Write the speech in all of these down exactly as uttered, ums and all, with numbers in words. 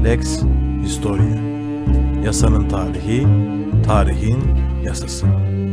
Lex Historia. Yasanın tarihi, tarihin yasası.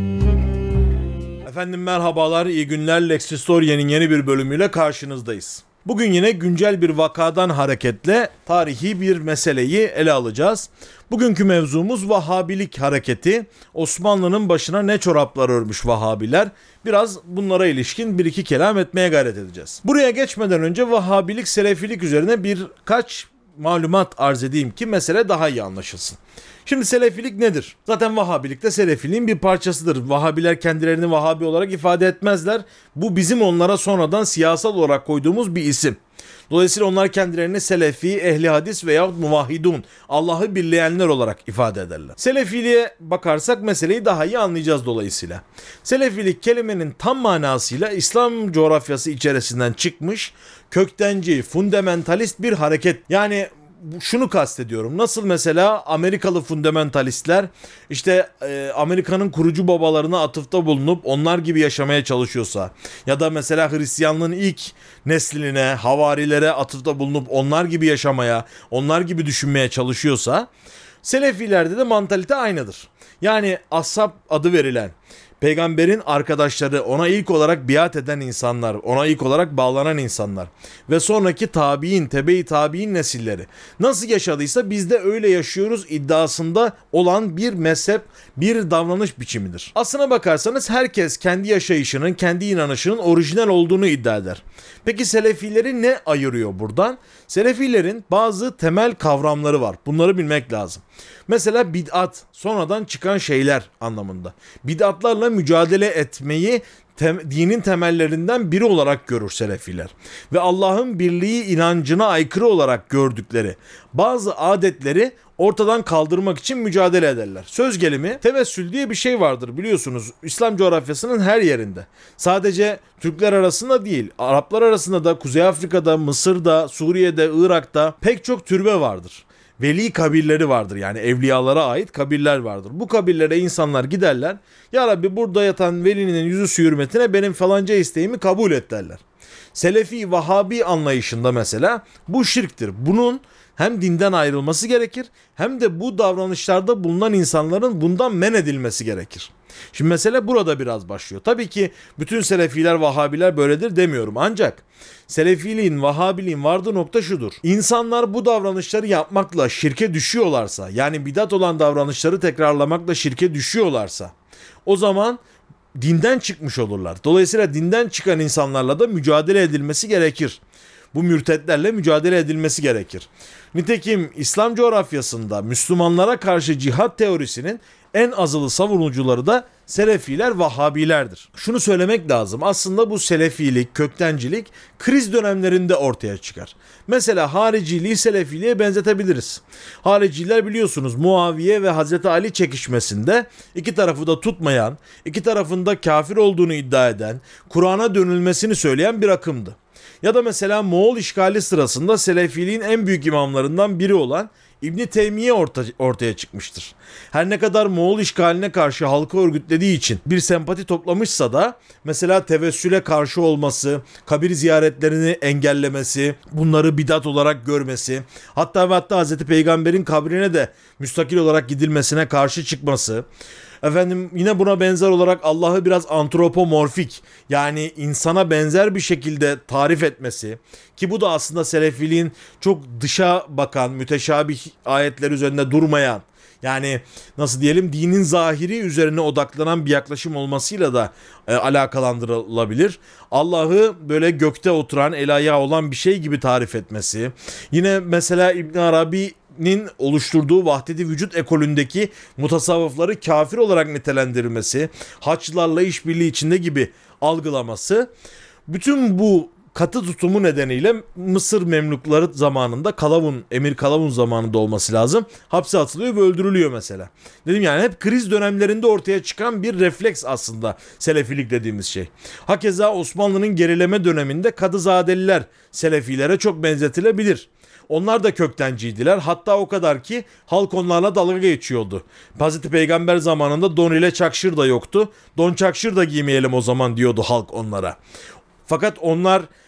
Efendim merhabalar, iyi günler. Lex Historia'nın yeni bir bölümüyle karşınızdayız. Bugün yine güncel bir vakadan hareketle tarihi bir meseleyi ele alacağız. Bugünkü mevzumuz Vahabilik hareketi. Osmanlı'nın başına ne çoraplar örmüş Vahabiler? Biraz bunlara ilişkin bir iki kelam etmeye gayret edeceğiz. Buraya geçmeden önce Vahabilik, Selefilik üzerine birkaç malumat arz edeyim ki mesele daha iyi anlaşılsın. Şimdi Selefilik nedir? Zaten Vahabilik de Selefiliğin bir parçasıdır. Vahabiler kendilerini Vahabi olarak ifade etmezler. Bu bizim onlara sonradan siyasal olarak koyduğumuz bir isim. Dolayısıyla onlar kendilerini Selefi, Ehli Hadis veya Muvahhidun, Allah'ı birleyenler olarak ifade ederler. Selefiliğe bakarsak meseleyi daha iyi anlayacağız dolayısıyla. Selefilik kelimenin tam manasıyla İslam coğrafyası içerisinden çıkmış, köktenci, fundamentalist bir hareket. Yani şunu kastediyorum. Nasıl mesela Amerikalı fundamentalistler işte e, Amerika'nın kurucu babalarına atıfta bulunup onlar gibi yaşamaya çalışıyorsa ya da mesela Hristiyanlığın ilk nesline, havarilere atıfta bulunup onlar gibi yaşamaya, onlar gibi düşünmeye çalışıyorsa, Selefilerde de mantalite aynıdır. Yani ashab adı verilen, Peygamberin arkadaşları, ona ilk olarak biat eden insanlar, ona ilk olarak bağlanan insanlar ve sonraki tabiin, tebe-i tabiin nesilleri nasıl yaşadıysa biz de öyle yaşıyoruz iddiasında olan bir mezhep, bir davranış biçimidir. Aslına bakarsanız herkes kendi yaşayışının, kendi inanışının orijinal olduğunu iddia eder. Peki Selefileri ne ayırıyor buradan? Selefilerin bazı temel kavramları var. Bunları bilmek lazım. Mesela bid'at, sonradan çıkan şeyler anlamında. Bid'atlarla mücadele etmeyi tem- dinin temellerinden biri olarak görür Selefiler. Ve Allah'ın birliği inancına aykırı olarak gördükleri bazı adetleri ortadan kaldırmak için mücadele ederler. Söz gelimi tevessül diye bir şey vardır biliyorsunuz İslam coğrafyasının her yerinde. Sadece Türkler arasında değil, Araplar arasında da, Kuzey Afrika'da, Mısır'da, Suriye'de, Irak'ta pek çok türbe vardır. Veli kabirleri vardır, yani evliyalara ait kabirler vardır. Bu kabirlere insanlar giderler. Ya Rabbi, burada yatan velinin yüzü hürmetine benim falanca isteğimi kabul et derler. Selefi, Vahabi anlayışında mesela bu şirktir. Bunun hem dinden ayrılması gerekir hem de bu davranışlarda bulunan insanların bundan men edilmesi gerekir. Şimdi mesele burada biraz başlıyor. Tabii ki bütün Selefiler, Vahabiler böyledir demiyorum. Ancak Selefiliğin, Vahabiliğin vardığı nokta şudur. İnsanlar bu davranışları yapmakla şirke düşüyorlarsa, yani bidat olan davranışları tekrarlamakla şirke düşüyorlarsa, o zaman dinden çıkmış olurlar. Dolayısıyla dinden çıkan insanlarla da mücadele edilmesi gerekir. Bu mürtetlerle mücadele edilmesi gerekir. Nitekim İslam coğrafyasında Müslümanlara karşı cihat teorisinin en azılı savunucuları da Selefiler, Vahabilerdir. Şunu söylemek lazım. Aslında bu Selefilik, köktencilik kriz dönemlerinde ortaya çıkar. Mesela hariciliği Selefiliğe benzetebiliriz. Hariciler biliyorsunuz Muaviye ve Hazreti Ali çekişmesinde iki tarafı da tutmayan, iki tarafında kafir olduğunu iddia eden, Kur'an'a dönülmesini söyleyen bir akımdı. Ya da mesela Moğol işgali sırasında Selefiliğin en büyük imamlarından biri olan İbn Teymiye orta, ortaya çıkmıştır. Her ne kadar Moğol işgaline karşı halkı örgütlediği için bir sempati toplamışsa da mesela tevessüle karşı olması, kabir ziyaretlerini engellemesi, bunları bidat olarak görmesi, hatta ve hatta Hazreti Peygamber'in kabrine de müstakil olarak gidilmesine karşı çıkması, efendim yine buna benzer olarak Allah'ı biraz antropomorfik, yani insana benzer bir şekilde tarif etmesi, ki bu da aslında Selefiliğin çok dışa bakan, müteşabih ayetler üzerinde durmayan, yani nasıl diyelim, dinin zahiri üzerine odaklanan bir yaklaşım olmasıyla da e, alakalandırılabilir. Allah'ı böyle gökte oturan, el ayağı olan bir şey gibi tarif etmesi. Yine mesela İbn Arabi nin oluşturduğu vahdedi vücut ekolündeki mutasavvıfları kafir olarak nitelendirmesi, haçlarla işbirliği içinde gibi algılaması, bütün bu katı tutumu nedeniyle Mısır Memlukları zamanında, Kalavun, Emir Kalavun zamanında olması lazım, hapse atılıyor ve öldürülüyor mesela. Dedim yani hep kriz dönemlerinde ortaya çıkan bir refleks aslında Selefilik dediğimiz şey. Hakeza Osmanlı'nın gerileme döneminde Kadızadeliler Selefilere çok benzetilebilir. Onlar da köktenciydiler. Hatta o kadar ki halk onlarla dalga geçiyordu. Hazreti Peygamber zamanında don ile çakşır da yoktu. Don çakşır da giymeyelim o zaman diyordu halk onlara. Fakat onlar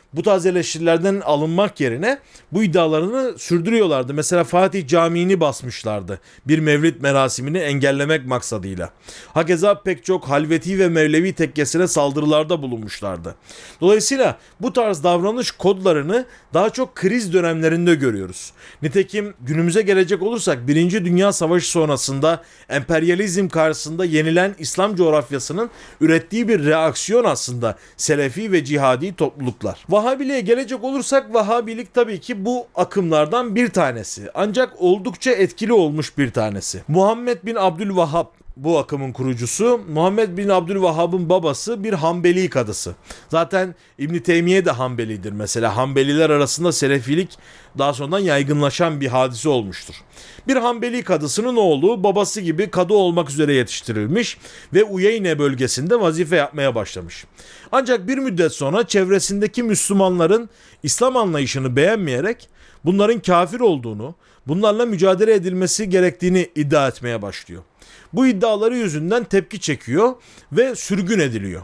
bu tarz eleştirilerden alınmak yerine bu iddialarını sürdürüyorlardı. Mesela Fatih Camii'ni basmışlardı bir mevlid merasimini engellemek maksadıyla. Hakeza pek çok Halveti ve Mevlevi tekkesine saldırılarda bulunmuşlardı. Dolayısıyla bu tarz davranış kodlarını daha çok kriz dönemlerinde görüyoruz. Nitekim günümüze gelecek olursak Birinci Dünya Savaşı sonrasında emperyalizm karşısında yenilen İslam coğrafyasının ürettiği bir reaksiyon aslında Selefi ve cihadi topluluklar. Vahabiliğe gelecek olursak Vahabilik tabii ki bu akımlardan bir tanesi. Ancak oldukça etkili olmuş bir tanesi. Muhammed bin Abdülvahhab bu akımın kurucusu. Muhammed bin Abdülvahhab'ın babası bir Hanbeli kadısı. Zaten İbn Teymiye de Hanbelidir mesela. Hanbeliler arasında Selefilik daha sonradan yaygınlaşan bir hadise olmuştur. Bir Hanbeli kadısının oğlu babası gibi kadı olmak üzere yetiştirilmiş ve Uyeyne bölgesinde vazife yapmaya başlamış. Ancak bir müddet sonra çevresindeki Müslümanların İslam anlayışını beğenmeyerek bunların kafir olduğunu, bunlarla mücadele edilmesi gerektiğini iddia etmeye başlıyor. Bu iddiaları yüzünden tepki çekiyor ve sürgün ediliyor.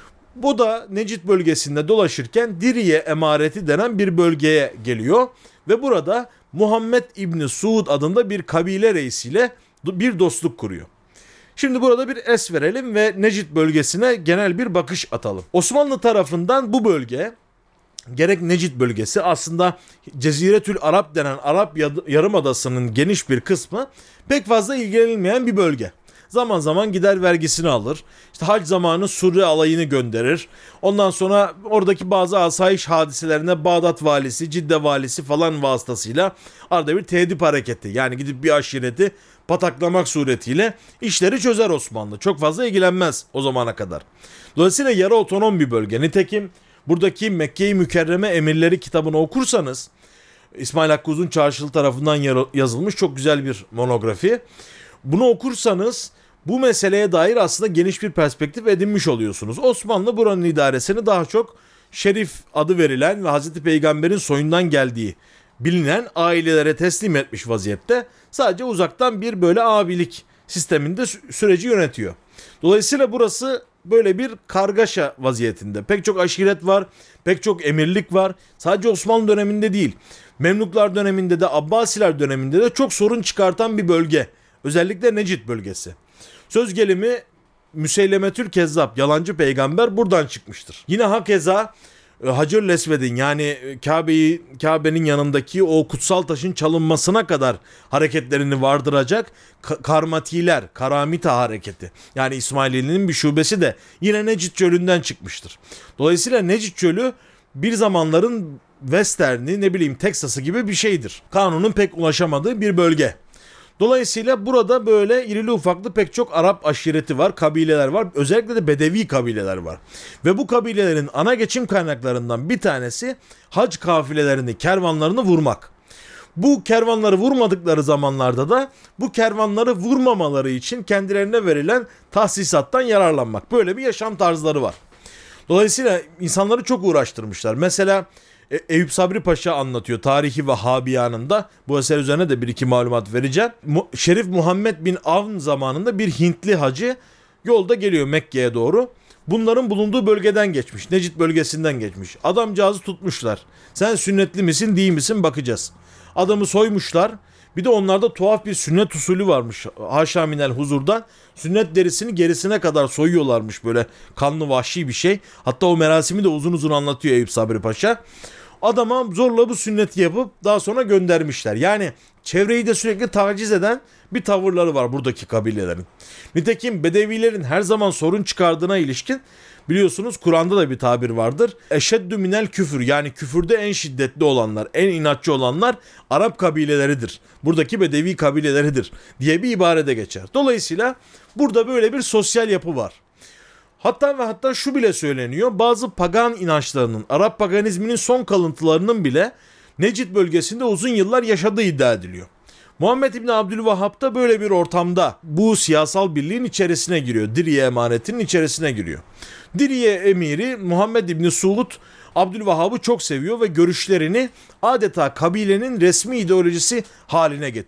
Bu da Necid bölgesinde dolaşırken Diriye emareti denen bir bölgeye geliyor ve burada Muhammed İbni Suud adında bir kabile reisiyle bir dostluk kuruyor. Şimdi burada bir es verelim ve Necid bölgesine genel bir bakış atalım. Osmanlı tarafından bu bölge, gerek Necid bölgesi aslında Ceziretül Arap denen Arap Yarımadası'nın geniş bir kısmı pek fazla ilgilenilmeyen bir bölge. Zaman zaman gider vergisini alır. İşte hac zamanı Surre alayını gönderir. Ondan sonra oradaki bazı asayiş hadiselerine Bağdat valisi, Cidde valisi falan vasıtasıyla arada bir tedip hareketi, yani gidip bir aşireti pataklamak suretiyle işleri çözer Osmanlı. Çok fazla ilgilenmez o zamana kadar. Dolayısıyla yarı otonom bir bölge. Nitekim buradaki Mekke-i Mükerreme Emirleri kitabını okursanız, İsmail Hakkı Uzun Çarşılı tarafından yazılmış çok güzel bir monografi. Bunu okursanız bu meseleye dair aslında geniş bir perspektif edinmiş oluyorsunuz. Osmanlı buranın idaresini daha çok Şerif adı verilen ve Hazreti Peygamber'in soyundan geldiği bilinen ailelere teslim etmiş vaziyette. Sadece uzaktan bir böyle abilik sisteminde sü- süreci yönetiyor. Dolayısıyla burası böyle bir kargaşa vaziyetinde. Pek çok aşiret var, pek çok emirlik var. Sadece Osmanlı döneminde değil, Memluklar döneminde de, Abbasiler döneminde de çok sorun çıkartan bir bölge. Özellikle Necid bölgesi. Söz gelimi Müseylemetül Kezzab, yalancı peygamber buradan çıkmıştır. Yine hakeza Hacer-ül Esved'in, yani Kabe'yi, Kabe'nin yanındaki o kutsal taşın çalınmasına kadar hareketlerini vardıracak ka- Karmatiler, Karamita hareketi, yani İsmaililiğinin bir şubesi de yine Necid çölünden çıkmıştır. Dolayısıyla Necid çölü bir zamanların Western'i, ne bileyim Teksas'ı gibi bir şeydir. Kanunun pek ulaşamadığı bir bölge. Dolayısıyla burada böyle irili ufaklı pek çok Arap aşireti var, kabileler var. Özellikle de Bedevi kabileler var. Ve bu kabilelerin ana geçim kaynaklarından bir tanesi hac kafilelerini, kervanlarını vurmak. Bu kervanları vurmadıkları zamanlarda da bu kervanları vurmamaları için kendilerine verilen tahsisattan yararlanmak. Böyle bir yaşam tarzları var. Dolayısıyla insanları çok uğraştırmışlar. Mesela Eyüp Sabri Paşa anlatıyor Tarihi Vahhabiyanında. Bu eser üzerine de bir iki malumat vereceğim. Şerif Muhammed bin Avn zamanında bir Hintli hacı yolda geliyor Mekke'ye doğru. Bunların bulunduğu bölgeden geçmiş. Necid bölgesinden geçmiş. Adamcağızı tutmuşlar. Sen sünnetli misin değil misin bakacağız. Adamı soymuşlar. Bir de onlarda tuhaf bir sünnet usulü varmış. Haşa minel huzurdan sünnet derisini gerisine kadar soyuyorlarmış, böyle kanlı vahşi bir şey. Hatta o merasimi de uzun uzun anlatıyor Eyüp Sabri Paşa. Adama zorla bu sünneti yapıp daha sonra göndermişler. Yani çevreyi de sürekli taciz eden bir tavırları var buradaki kabilelerin. Nitekim Bedevilerin her zaman sorun çıkardığına ilişkin biliyorsunuz Kur'an'da da bir tabir vardır. Eşeddü minel küfür, yani küfürde en şiddetli olanlar, en inatçı olanlar Arap kabileleridir. Buradaki Bedevi kabileleridir diye bir ibarede geçer. Dolayısıyla burada böyle bir sosyal yapı var. Hatta ve hatta şu bile söyleniyor. Bazı pagan inançlarının, Arap paganizminin son kalıntılarının bile Necid bölgesinde uzun yıllar yaşadığı iddia ediliyor. Muhammed İbni Abdülvahhab da böyle bir ortamda bu siyasal birliğin içerisine giriyor. Diriye emanetinin içerisine giriyor. Diriye emiri Muhammed İbni Suud Abdülvahhab'ı çok seviyor ve görüşlerini adeta kabilenin resmi ideolojisi haline getiriyor.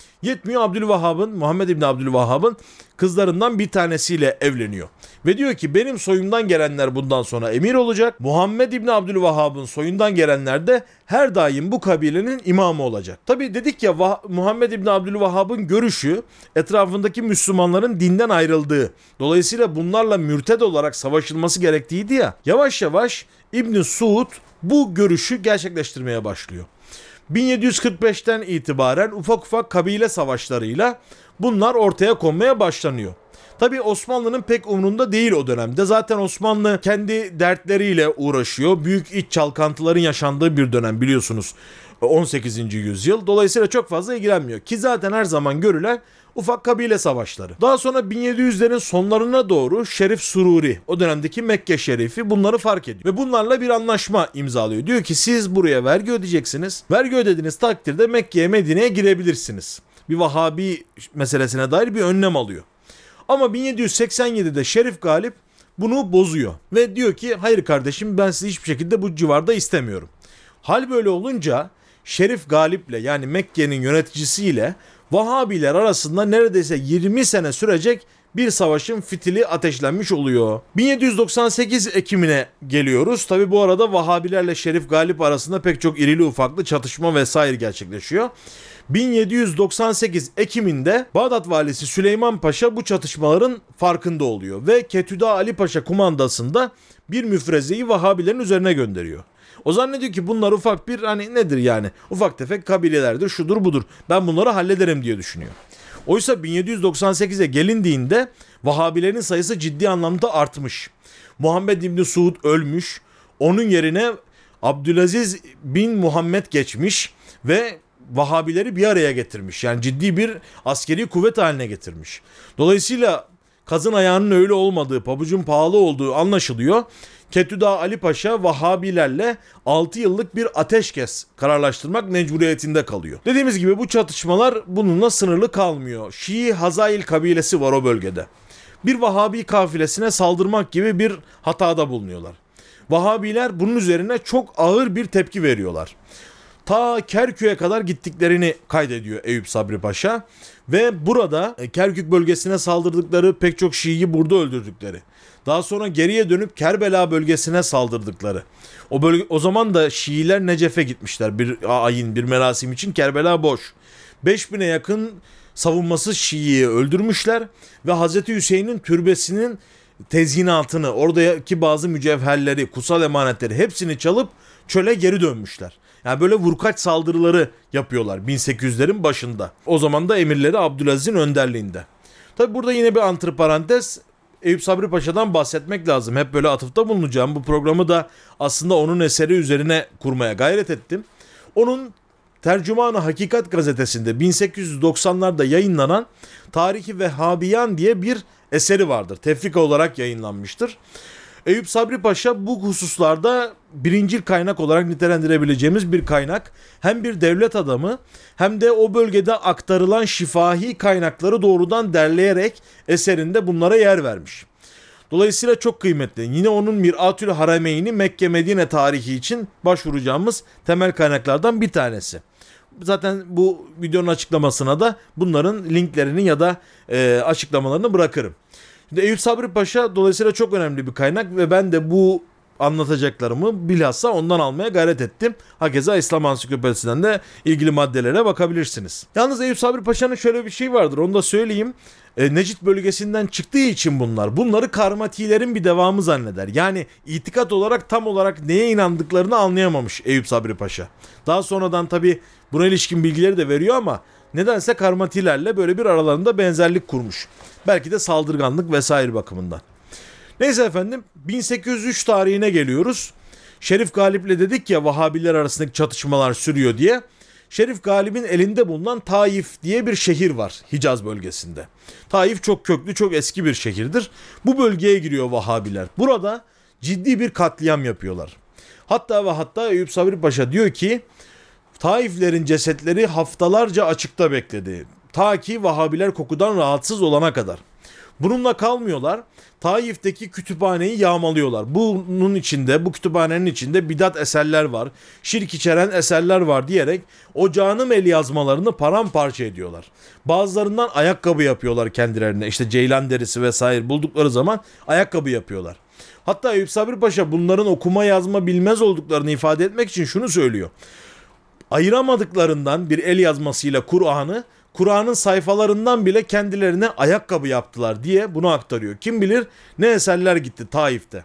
Yetmiyor, Abdülvahhab'ın, Muhammed İbni Abdülvahhab'ın kızlarından bir tanesiyle evleniyor. Ve diyor ki benim soyumdan gelenler bundan sonra emir olacak. Muhammed İbni Abdülvahhab'ın soyundan gelenler de her daim bu kabilenin imamı olacak. Tabi dedik ya, Vah- Muhammed İbni Abdülvahhab'ın görüşü etrafındaki Müslümanların dinden ayrıldığı, dolayısıyla bunlarla mürted olarak savaşılması gerektiğiydi ya. Yavaş yavaş İbn Suud bu görüşü gerçekleştirmeye başlıyor. bin yedi yüz kırk beşten itibaren ufak ufak kabile savaşlarıyla bunlar ortaya konmaya başlanıyor. Tabi Osmanlı'nın pek umrunda değil o dönemde. Zaten Osmanlı kendi dertleriyle uğraşıyor. Büyük iç çalkantıların yaşandığı bir dönem biliyorsunuz. on sekizinci yüzyıl. Dolayısıyla çok fazla ilgilenmiyor. Ki zaten her zaman görülen ufak kabile savaşları. Daha sonra bin yedi yüzlerin sonlarına doğru Şerif Sururi, o dönemdeki Mekke Şerifi, bunları fark ediyor. Ve bunlarla bir anlaşma imzalıyor. Diyor ki siz buraya vergi ödeyeceksiniz. Vergi ödediğiniz takdirde Mekke'ye, Medine'ye girebilirsiniz. Bir Vahabi meselesine dair bir önlem alıyor. Ama bin yedi yüz seksen yedide Şerif Galip bunu bozuyor. Ve diyor ki hayır kardeşim, ben sizi hiçbir şekilde bu civarda istemiyorum. Hal böyle olunca Şerif Galip'le, yani Mekke'nin yöneticisiyle Vahabiler arasında neredeyse yirmi sene sürecek bir savaşın fitili ateşlenmiş oluyor. bin yedi yüz doksan sekiz Ekim'ine geliyoruz. Tabi bu arada Vahabilerle Şerif Galip arasında pek çok irili ufaklı çatışma vesaire gerçekleşiyor. bin yedi yüz doksan sekiz Ekim'inde Bağdat valisi Süleyman Paşa bu çatışmaların farkında oluyor ve Ketüda Ali Paşa kumandasında bir müfrezeyi Vahabilerin üzerine gönderiyor. O zannediyor ki bunlar ufak bir, hani nedir yani, ufak tefek kabilelerdir, şudur budur, ben bunları hallederim diye düşünüyor. Oysa bin yedi yüz doksan sekize gelindiğinde Vahabilerin sayısı ciddi anlamda artmış. Muhammed İbni Suud ölmüş, onun yerine Abdülaziz bin Muhammed geçmiş ve Vahabileri bir araya getirmiş. Yani ciddi bir askeri kuvvet haline getirmiş. Dolayısıyla kazın ayağının öyle olmadığı, pabucun pahalı olduğu anlaşılıyor. Ketüda Ali Paşa Vahabilerle altı yıllık bir ateşkes kararlaştırmak mecburiyetinde kalıyor. Dediğimiz gibi bu çatışmalar bununla sınırlı kalmıyor. Şii Hazail kabilesi var o bölgede. Bir Vahabi kafilesine saldırmak gibi bir hatada bulunuyorlar. Vahabiler bunun üzerine çok ağır bir tepki veriyorlar. Ta Kerkük'e kadar gittiklerini kaydediyor Eyüp Sabri Paşa ve burada Kerkük bölgesine saldırdıkları, pek çok Şii'yi burada öldürdükleri, daha sonra geriye dönüp Kerbela bölgesine saldırdıkları. O bölge, o zaman da Şiiler Necef'e gitmişler bir ayin, bir merasim için. Kerbela boş. beş bine yakın savunmasız Şii'yi öldürmüşler ve Hazreti Hüseyin'in türbesinin tezyinatını, oradaki bazı mücevherleri, kutsal emanetleri hepsini çalıp çöle geri dönmüşler. Yani böyle vurkaç saldırıları yapıyorlar bin sekiz yüzlerin başında. O zaman da emirleri Abdülaziz'in önderliğinde. Tabi burada yine bir antiparantez, Eyüp Sabri Paşa'dan bahsetmek lazım. Hep böyle atıfta bulunacağım. Bu programı da aslında onun eseri üzerine kurmaya gayret ettim. Onun Tercüman-ı Hakikat gazetesinde bin sekiz yüz doksanlarda yayınlanan Tarih-i Vehhabiyan diye bir eseri vardır. Tefrika olarak yayınlanmıştır. Eyüp Sabri Paşa bu hususlarda birincil kaynak olarak nitelendirebileceğimiz bir kaynak. Hem bir devlet adamı hem de o bölgede aktarılan şifahi kaynakları doğrudan derleyerek eserinde bunlara yer vermiş. Dolayısıyla çok kıymetli. Yine onun Mir'atül Harameyni Mekke Medine tarihi için başvuracağımız temel kaynaklardan bir tanesi. Zaten bu videonun açıklamasına da bunların linklerini ya da e, açıklamalarını bırakırım. Şimdi Eyüp Sabri Paşa dolayısıyla çok önemli bir kaynak ve ben de bu anlatacaklarımı bilhassa ondan almaya gayret ettim. Hakeza İslam Ansiklopedisinden de ilgili maddelere bakabilirsiniz. Yalnız Eyüp Sabri Paşa'nın şöyle bir şey vardır, onu da söyleyeyim. E, Necit bölgesinden çıktığı için bunlar, bunları karmatilerin bir devamı zanneder. Yani itikat olarak tam olarak neye inandıklarını anlayamamış Eyüp Sabri Paşa. Daha sonradan tabi buna ilişkin bilgileri de veriyor ama nedense karmatilerle böyle bir aralarında benzerlik kurmuş. Belki de saldırganlık vesaire bakımından. Neyse efendim, bin sekiz yüz üç tarihine geliyoruz. Şerif Galip'le dedik ya Vahabiler arasındaki çatışmalar sürüyor diye. Şerif Galip'in elinde bulunan Taif diye bir şehir var Hicaz bölgesinde. Taif çok köklü, çok eski bir şehirdir. Bu bölgeye giriyor Vahabiler. Burada ciddi bir katliam yapıyorlar. Hatta ve hatta Eyüp Sabri Paşa diyor ki Taiflerin cesetleri haftalarca açıkta bekledi. Ta ki Vahabiler kokudan rahatsız olana kadar. Bununla kalmıyorlar. Taif'teki kütüphaneyi yağmalıyorlar. Bunun içinde, bu kütüphanenin içinde bidat eserler var, şirk içeren eserler var diyerek o canım el yazmalarını paramparça ediyorlar. Bazılarından ayakkabı yapıyorlar kendilerine. İşte ceylan derisi vesaire buldukları zaman ayakkabı yapıyorlar. Hatta Eyüp Sabri Paşa bunların okuma yazma bilmez olduklarını ifade etmek için şunu söylüyor. Ayıramadıklarından bir el yazmasıyla Kur'an'ı, Kur'an'ın sayfalarından bile kendilerine ayakkabı yaptılar diye bunu aktarıyor. Kim bilir ne eserler gitti Taif'te.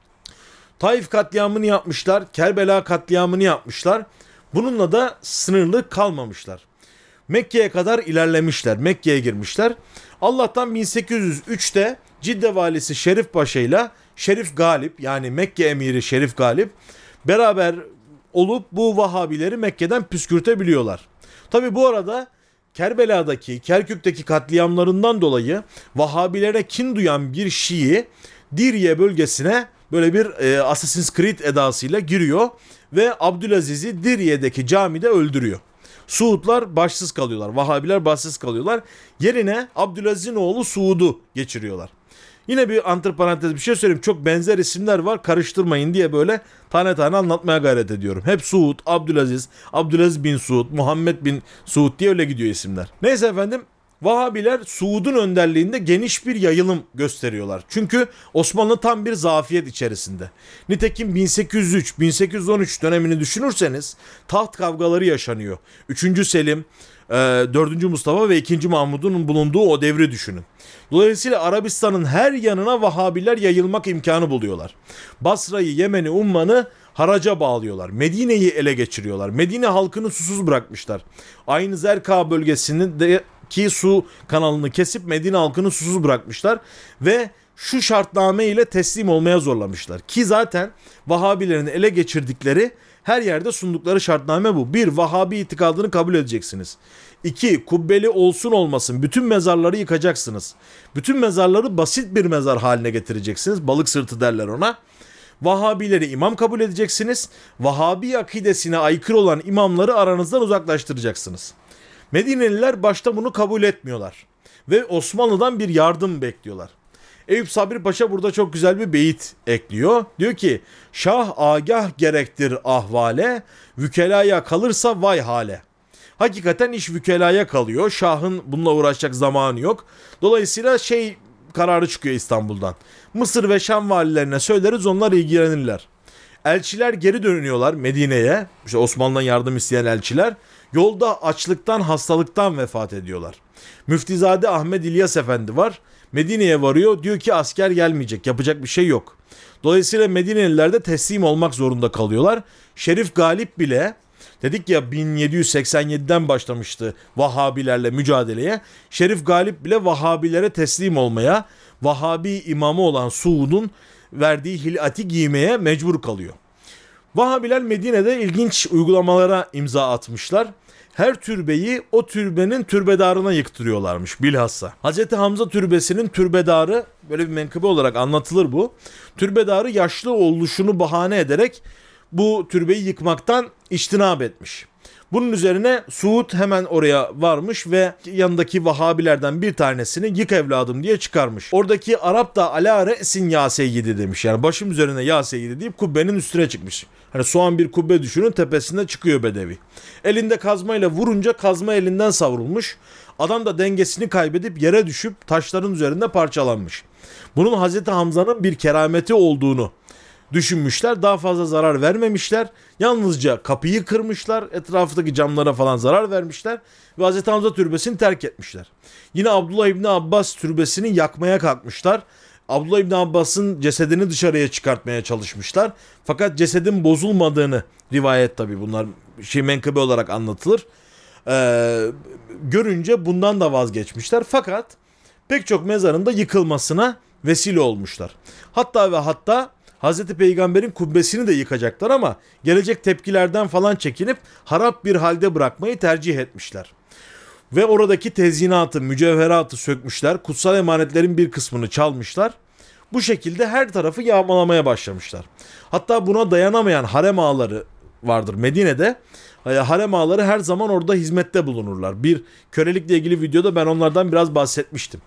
Taif katliamını yapmışlar, Kerbela katliamını yapmışlar. Bununla da sınırlı kalmamışlar. Mekke'ye kadar ilerlemişler, Mekke'ye girmişler. Allah'tan bin sekiz yüz üçte Cidde valisi Şerif Paşa ile Şerif Galip, yani Mekke emiri Şerif Galip beraber olup bu Vahabileri Mekke'den püskürtebiliyorlar. Tabi bu arada Kerbela'daki, Kerkük'teki katliamlarından dolayı Vahabilere kin duyan bir Şii Dirye bölgesine böyle bir e, Assassin's Creed edasıyla giriyor ve Abdülaziz'i Dirye'deki camide öldürüyor. Suudlar başsız kalıyorlar, Vahabiler başsız kalıyorlar. Yerine Abdülaziz'in oğlu Suud'u geçiriyorlar. Yine bir antiparantez bir şey söyleyeyim. Çok benzer isimler var, karıştırmayın diye böyle tane tane anlatmaya gayret ediyorum. Hep Suud, Abdülaziz, Abdülaziz bin Suud, Muhammed bin Suud diye öyle gidiyor isimler. Neyse efendim, Vahabiler Suud'un önderliğinde geniş bir yayılım gösteriyorlar. Çünkü Osmanlı tam bir zafiyet içerisinde. Nitekim bin sekiz yüz üç bin sekiz yüz on üç dönemini düşünürseniz taht kavgaları yaşanıyor. üçüncü Selim, dördüncü Mustafa ve ikinci Mahmud'un bulunduğu o devri düşünün. Dolayısıyla Arabistan'ın her yanına Vahabiler yayılmak imkanı buluyorlar. Basra'yı, Yemen'i, Umman'ı haraca bağlıyorlar. Medine'yi ele geçiriyorlar. Medine halkını susuz bırakmışlar. Aynı Zerka bölgesindeki su kanalını kesip Medine halkını susuz bırakmışlar ve şu şartname ile teslim olmaya zorlamışlar. Ki zaten Vahabilerin ele geçirdikleri her yerde sundukları şartname bu. Bir, Vahabi itikadını kabul edeceksiniz. İki, kubbeli olsun olmasın bütün mezarları yıkacaksınız. Bütün mezarları basit bir mezar haline getireceksiniz. Balık sırtı derler ona. Vahabileri imam kabul edeceksiniz. Vahabi akidesine aykırı olan imamları aranızdan uzaklaştıracaksınız. Medineliler başta bunu kabul etmiyorlar. Ve Osmanlı'dan bir yardım bekliyorlar. Eyüp Sabri Paşa burada çok güzel bir beyit ekliyor. Diyor ki, şah agah gerektir ahvale, vükelaya kalırsa vay hale. Hakikaten iş vükelaya kalıyor. Şahın bununla uğraşacak zamanı yok. Dolayısıyla şey kararı çıkıyor İstanbul'dan. Mısır ve Şam valilerine söyleriz, onlar ilgilenirler. Elçiler geri dönüyorlar Medine'ye. İşte Osmanlı'dan yardım isteyen elçiler. Yolda açlıktan, hastalıktan vefat ediyorlar. Müftizade Ahmet İlyas Efendi var. Medine'ye varıyor. Diyor ki asker gelmeyecek. Yapacak bir şey yok. Dolayısıyla Medineliler de teslim olmak zorunda kalıyorlar. Şerif Galip bile, dedik ya bin yedi yüz seksen yediden başlamıştı Vahabilerle mücadeleye. Şerif Galip bile Vahabilere teslim olmaya, Vahabi imamı olan Suud'un verdiği hilati giymeye mecbur kalıyor. Vahabiler Medine'de ilginç uygulamalara imza atmışlar. Her türbeyi o türbenin türbedarına yıktırıyorlarmış bilhassa. Hazreti Hamza türbesinin türbedarı, böyle bir menkıbe olarak anlatılır bu. Türbedarı yaşlı oluşunu bahane ederek bu türbeyi yıkmaktan içtinab etmiş. Bunun üzerine Suud hemen oraya varmış ve yanındaki Vahabilerden bir tanesini yık evladım diye çıkarmış. Oradaki Arap da ala re'sin ya seyyidi demiş. Yani başım üzerine ya seyyidi deyip kubbenin üstüne çıkmış. Hani soğan bir kubbe düşünün, tepesinde çıkıyor bedevi. Elinde kazmayla vurunca kazma elinden savrulmuş. Adam da dengesini kaybedip yere düşüp taşların üzerinde parçalanmış. Bunun Hazreti Hamza'nın bir kerameti olduğunu düşünmüşler. Daha fazla zarar vermemişler. Yalnızca kapıyı kırmışlar. Etraftaki camlara falan zarar vermişler. Ve Hazreti Hamza türbesini terk etmişler. Yine Abdullah İbni Abbas türbesini yakmaya kalkmışlar. Abdullah İbni Abbas'ın cesedini dışarıya çıkartmaya çalışmışlar. Fakat cesedin bozulmadığını, rivayet tabii bunlar şey menkıbe olarak anlatılır, Ee, görünce bundan da vazgeçmişler. Fakat pek çok mezarın da yıkılmasına vesile olmuşlar. Hatta ve hatta Hazreti Peygamber'in kubbesini de yıkacaklar ama gelecek tepkilerden falan çekinip harap bir halde bırakmayı tercih etmişler. Ve oradaki tezyinatı, mücevheratı sökmüşler. Kutsal emanetlerin bir kısmını çalmışlar. Bu şekilde her tarafı yağmalamaya başlamışlar. Hatta buna dayanamayan harem ağaları vardır Medine'de. Harem ağaları her zaman orada hizmette bulunurlar. Bir kölelikle ilgili videoda ben onlardan biraz bahsetmiştim.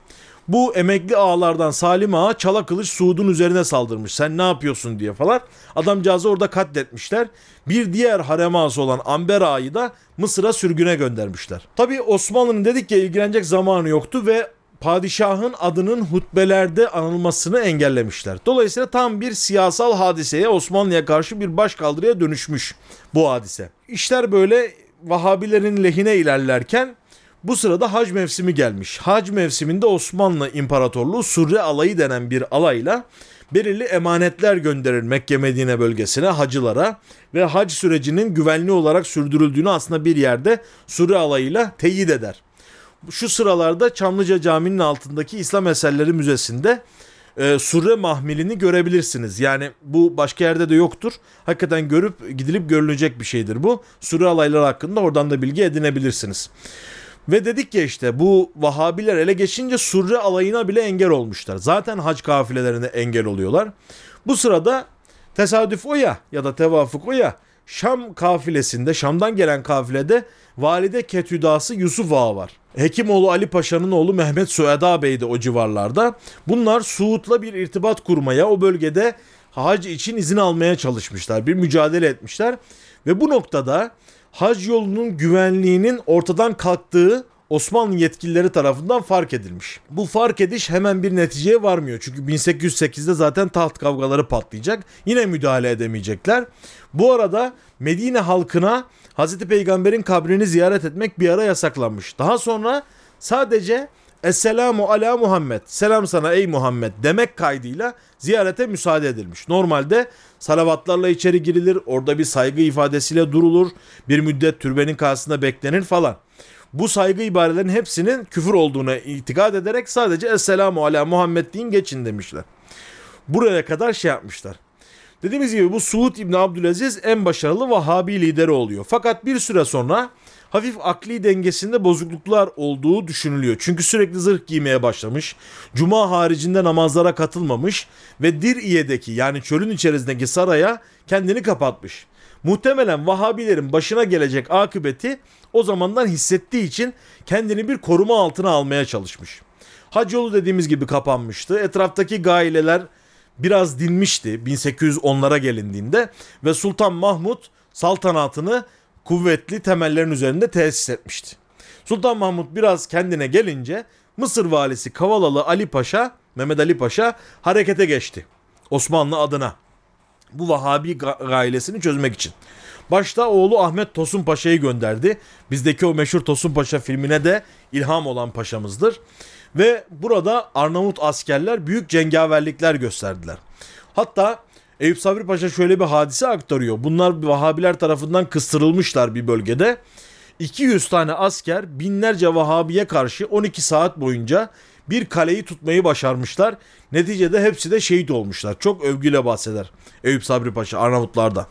Bu emekli ağalardan Salim Ağa çala kılıç Suud'un üzerine saldırmış. Sen ne yapıyorsun diye falan. Adamcağızı orada katletmişler. Bir diğer harem ağası olan Amber Ağa'yı da Mısır'a sürgüne göndermişler. Tabii Osmanlı'nın dedik ya ilgilenecek zamanı yoktu ve padişahın adının hutbelerde anılmasını engellemişler. Dolayısıyla tam bir siyasal hadiseye, Osmanlı'ya karşı bir başkaldırıya dönüşmüş bu hadise. İşler böyle Vahabilerin lehine ilerlerken bu sırada hac mevsimi gelmiş. Hac mevsiminde Osmanlı İmparatorluğu Surre alayı denen bir alayla belirli emanetler gönderir Mekke Medine bölgesine hacılara ve hac sürecinin güvenli olarak sürdürüldüğünü aslında bir yerde Surre alayıyla teyit eder. Şu sıralarda Çamlıca Camii'nin altındaki İslam Eserleri Müzesi'nde e, Surre mahmilini görebilirsiniz. Yani bu başka yerde de yoktur. Hakikaten görüp gidilip görülecek bir şeydir bu. Surre alayları hakkında oradan da bilgi edinebilirsiniz. Ve dedik ya işte bu Vahabiler ele geçince Surre alayına bile engel olmuşlar. Zaten hac kafilelerine engel oluyorlar. Bu sırada tesadüf o ya ya da tevafuk o ya, Şam kafilesinde, Şam'dan gelen kafilede Valide Ketüdası Yusuf Ağa var. Hekimoğlu Ali Paşa'nın oğlu Mehmet Süeda Bey de o civarlarda. Bunlar Suud'la bir irtibat kurmaya, o bölgede hac için izin almaya çalışmışlar. Bir mücadele etmişler. Ve bu noktada hac yolunun güvenliğinin ortadan kalktığı Osmanlı yetkilileri tarafından fark edilmiş. Bu fark ediş hemen bir neticeye varmıyor. Çünkü bin sekiz yüz sekizde zaten taht kavgaları patlayacak. Yine müdahale edemeyecekler. Bu arada Medine halkına Hazreti Peygamber'in kabrini ziyaret etmek bir ara yasaklanmış. Daha sonra sadece Esselamu ala Muhammed, selam sana ey Muhammed demek kaydıyla ziyarete müsaade edilmiş. Normalde salavatlarla içeri girilir, orada bir saygı ifadesiyle durulur, bir müddet türbenin karşısında beklenir falan. Bu saygı ibarelerin hepsinin küfür olduğuna itikad ederek sadece Esselamu ala Muhammed deyin geçin demişler. Buraya kadar şey yapmışlar. Dediğimiz gibi bu Suud İbni Abdülaziz en başarılı Vahabi lideri oluyor. Fakat bir süre sonra hafif akli dengesinde bozukluklar olduğu düşünülüyor. Çünkü sürekli zırh giymeye başlamış, cuma haricinde namazlara katılmamış ve Dir'iye'deki yani çölün içerisindeki saraya kendini kapatmış. Muhtemelen Vahabilerin başına gelecek akıbeti o zamandan hissettiği için kendini bir koruma altına almaya çalışmış. Hac yolu dediğimiz gibi kapanmıştı. Etraftaki gaileler biraz dinmişti bin sekiz yüz onlara gelindiğinde ve Sultan Mahmud saltanatını kuvvetli temellerin üzerinde tesis etmişti. Sultan Mahmud biraz kendine gelince Mısır valisi Kavalalı Ali Paşa, Mehmet Ali Paşa harekete geçti Osmanlı adına. Bu Vahabi gailesini çözmek için. Başta oğlu Ahmet Tosun Paşa'yı gönderdi. Bizdeki o meşhur Tosun Paşa filmine de ilham olan paşamızdır. Ve burada Arnavut askerler büyük cengaverlikler gösterdiler. Hatta Eyüp Sabri Paşa şöyle bir hadise aktarıyor. Bunlar Vahabiler tarafından kıstırılmışlar bir bölgede. iki yüz tane asker binlerce Vahabiye karşı on iki saat boyunca bir kaleyi tutmayı başarmışlar. Neticede hepsi de şehit olmuşlar. Çok övgüyle bahseder Eyüp Sabri Paşa Arnavutlardan.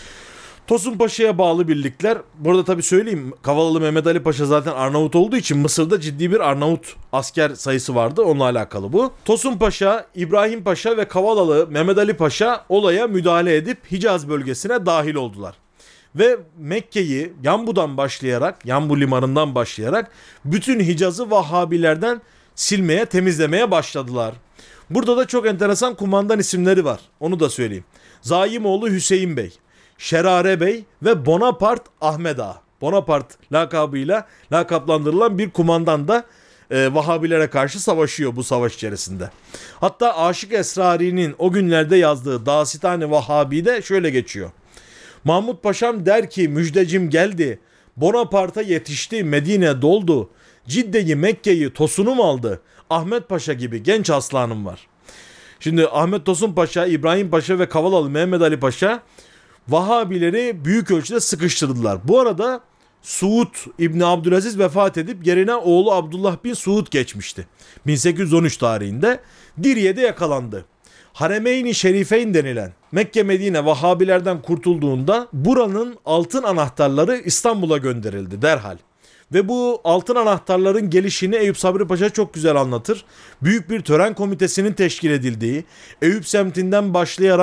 Tosun Paşa'ya bağlı birlikler, burada tabii söyleyeyim, Kavalalı Mehmet Ali Paşa zaten Arnavut olduğu için Mısır'da ciddi bir Arnavut asker sayısı vardı, onunla alakalı bu. Tosun Paşa, İbrahim Paşa ve Kavalalı Mehmet Ali Paşa olaya müdahale edip Hicaz bölgesine dahil oldular. Ve Mekke'yi Yambu'dan başlayarak, Yambu limanından başlayarak bütün Hicaz'ı Vahhabilerden silmeye, temizlemeye başladılar. Burada da çok enteresan kumandan isimleri var, onu da söyleyeyim. Zaimoğlu Hüseyin Bey, Şerare Bey ve Bonaparte Ahmet Ağa. Bonaparte lakabıyla lakaplandırılan bir kumandan da e, Vahabilere karşı savaşıyor bu savaş içerisinde. Hatta Aşık Esrari'nin o günlerde yazdığı Dasitane Vahabi'de şöyle geçiyor. Mahmut Paşam der ki müjdecim geldi. Bonaparte'a yetişti, Medine doldu. Cidde'yi, Mekke'yi, Tosun'um aldı. Ahmet Paşa gibi genç aslanım var. Şimdi Ahmet Tosun Paşa, İbrahim Paşa ve Kavalalı Mehmet Ali Paşa Vahabileri büyük ölçüde sıkıştırdılar. Bu arada Suud İbni Abdülaziz vefat edip yerine oğlu Abdullah bin Suud geçmişti. bin sekiz yüz on üç tarihinde Dirye'de yakalandı. Haremeyn-i Şerifeyn denilen Mekke Medine Vahabilerden kurtulduğunda buranın altın anahtarları İstanbul'a gönderildi derhal. Ve bu altın anahtarların gelişini Eyüp Sabri Paşa çok güzel anlatır. Büyük bir tören komitesinin teşkil edildiği, Eyüp semtinden başlayarak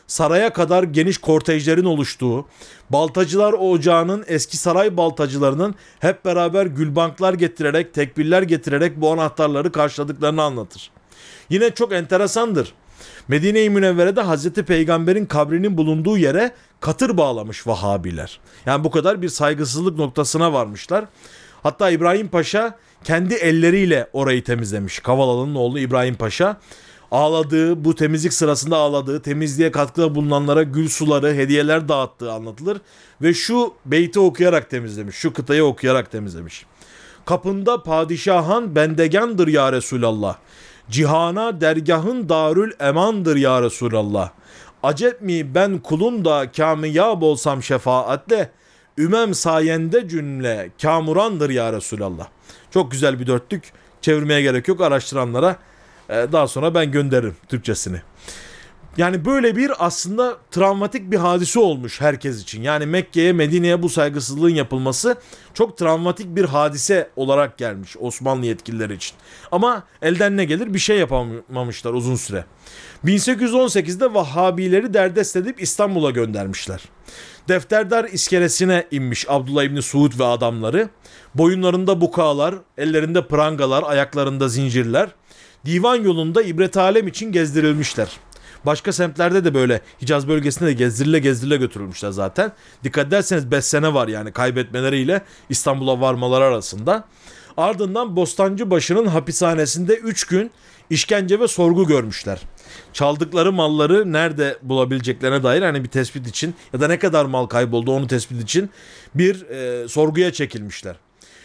saraya kadar geniş kortejlerin oluştuğu, Baltacılar Ocağı'nın eski saray baltacılarının hep beraber gülbanklar getirerek, tekbirler getirerek bu anahtarları karşıladıklarını anlatır. Yine çok enteresandır. Medine-i Münevvere'de Hazreti Peygamber'in kabrinin bulunduğu yere katır bağlamış Vahabiler. Yani bu kadar bir saygısızlık noktasına varmışlar. Hatta İbrahim Paşa kendi elleriyle orayı temizlemiş. Kavalalı'nın oğlu İbrahim Paşa. Ağladığı, bu temizlik sırasında ağladığı, temizliğe katkıda bulunanlara gül suları, hediyeler dağıttığı anlatılır. Ve şu beyti okuyarak temizlemiş, şu kıtayı okuyarak temizlemiş. Kapında padişahın bendegandır ya Resulallah. Cihana dergahın darül emandır ya Resulallah. Acep mi ben kulun da kamiyab olsam şefaatle, ümem sayende cümle kamurandır ya Resulallah. Çok güzel bir dörtlük, çevirmeye gerek yok, araştıranlara daha sonra ben gönderirim Türkçesini. Yani böyle bir aslında travmatik bir hadise olmuş herkes için. Yani Mekke'ye, Medine'ye bu saygısızlığın yapılması çok travmatik bir hadise olarak gelmiş Osmanlı yetkilileri için. Ama elden ne gelir? Bir şey yapamamışlar uzun süre. bin sekiz yüz on sekizde Vahhabileri derdest edip İstanbul'a göndermişler. Defterdar iskelesine inmiş Abdullah İbni Suud ve adamları. Boyunlarında bukalar, ellerinde prangalar, ayaklarında zincirler. Divan yolunda ibret alem için gezdirilmişler. Başka semtlerde de böyle Hicaz bölgesinde de gezdirile gezdirile götürülmüşler zaten. Dikkat ederseniz beş sene var yani kaybetmeleriyle İstanbul'a varmaları arasında. Ardından Bostancıbaşı'nın hapishanesinde üç gün işkence ve sorgu görmüşler. Çaldıkları malları nerede bulabileceklerine dair hani bir tespit için ya da ne kadar mal kayboldu onu tespit için bir e, sorguya çekilmişler.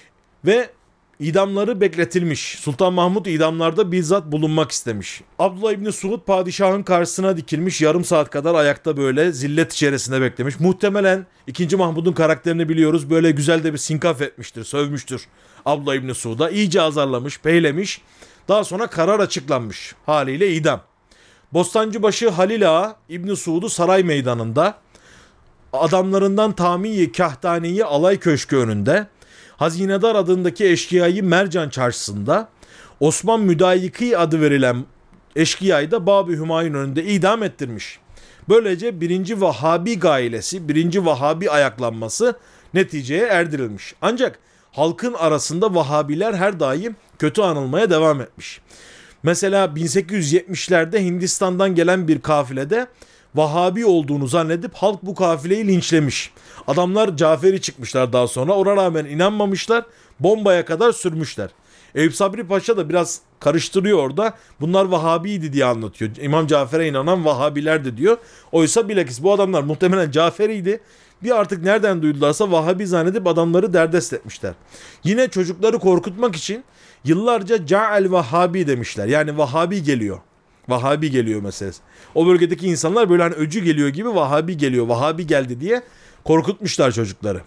Ve İdamları bekletilmiş. Sultan Mahmud idamlarda bizzat bulunmak istemiş. Abdullah İbni Suud padişahın karşısına dikilmiş, yarım saat kadar ayakta böyle zillet içerisinde beklemiş. Muhtemelen ikinci. Mahmud'un karakterini biliyoruz. Böyle güzel de bir sinkaf etmiştir, sövmüştür Abdullah İbni Suud'a. İyice azarlamış, peylemiş. Daha sonra karar açıklanmış. Haliyle idam. Bostancıbaşı Halil Ağa İbni Suud'u saray meydanında, adamlarından Tamiyi Kahtani'yi alay köşkü önünde, Hazinedar adındaki eşkıyayı Mercan çarşısında, Osman Müdayiki adı verilen eşkıyayı da Bab-ı Hümayun önünde idam ettirmiş. Böylece birinci Vahabi gailesi, birinci Vahabi ayaklanması neticeye erdirilmiş. Ancak halkın arasında Vahabiler her daim kötü anılmaya devam etmiş. Mesela bin sekiz yüz yetmişlerde Hindistan'dan gelen bir kafilede Vahabi olduğunu zannedip halk bu kafileyi linçlemiş. Adamlar Caferi çıkmışlar daha sonra. Ona rağmen inanmamışlar. Bombaya kadar sürmüşler. Eyüp Sabri Paşa da biraz karıştırıyor orada. Bunlar Vahabiydi diye anlatıyor. İmam Cafer'e inanan Vahabilerdi diyor. Oysa bilakis bu adamlar muhtemelen Caferiydi. Bir artık nereden duydularsa Vahabi zannedip adamları derdest etmişler. Yine çocukları korkutmak için yıllarca Ca'el Vahabi demişler. Yani Vahabi geliyor. Vahabi geliyor meselesi. O bölgedeki insanlar böyle hani öcü geliyor gibi Vahabi geliyor, Vahabi geldi diye korkutmuşlar çocukları.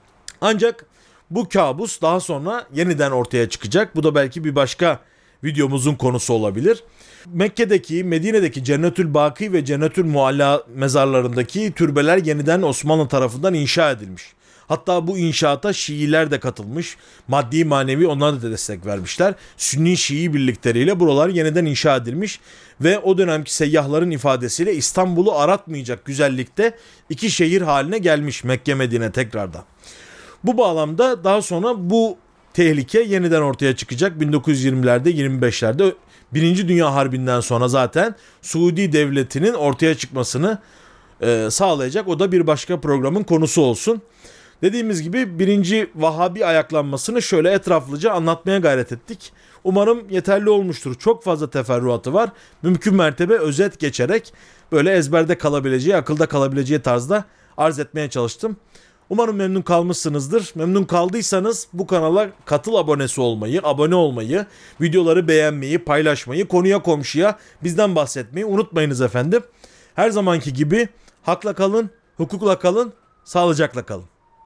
Ancak bu kabus daha sonra yeniden ortaya çıkacak. Bu da belki bir başka videomuzun konusu olabilir. Mekke'deki, Medine'deki Cennetül Baki ve Cennetül Mualla mezarlarındaki türbeler yeniden Osmanlı tarafından inşa edilmiş. Hatta bu inşaata Şiiler de katılmış. Maddi manevi onlara da destek vermişler. Sünni Şii birlikleriyle buralar yeniden inşa edilmiş. Ve o dönemki seyyahların ifadesiyle İstanbul'u aratmayacak güzellikte iki şehir haline gelmiş Mekke Medine tekrardan. Bu bağlamda daha sonra bu tehlike yeniden ortaya çıkacak. bin dokuz yüz yirmilerde yirmi beşlerde Birinci Dünya Harbi'nden sonra zaten Suudi Devleti'nin ortaya çıkmasını e, sağlayacak. O da bir başka programın konusu olsun. Dediğimiz gibi birinci Vahabi ayaklanmasını şöyle etraflıca anlatmaya gayret ettik. Umarım yeterli olmuştur. Çok fazla teferruatı var. Mümkün mertebe özet geçerek böyle ezberde kalabileceği, akılda kalabileceği tarzda arz etmeye çalıştım. Umarım memnun kalmışsınızdır. Memnun kaldıysanız bu kanala katıl abonesi olmayı, abone olmayı, videoları beğenmeyi, paylaşmayı, konuya komşuya bizden bahsetmeyi unutmayınız efendim. Her zamanki gibi hakla kalın, hukukla kalın, sağlıcakla kalın.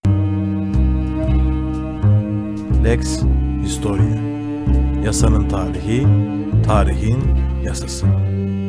Lex Historia. Yasanın tarihi, tarihin yasası.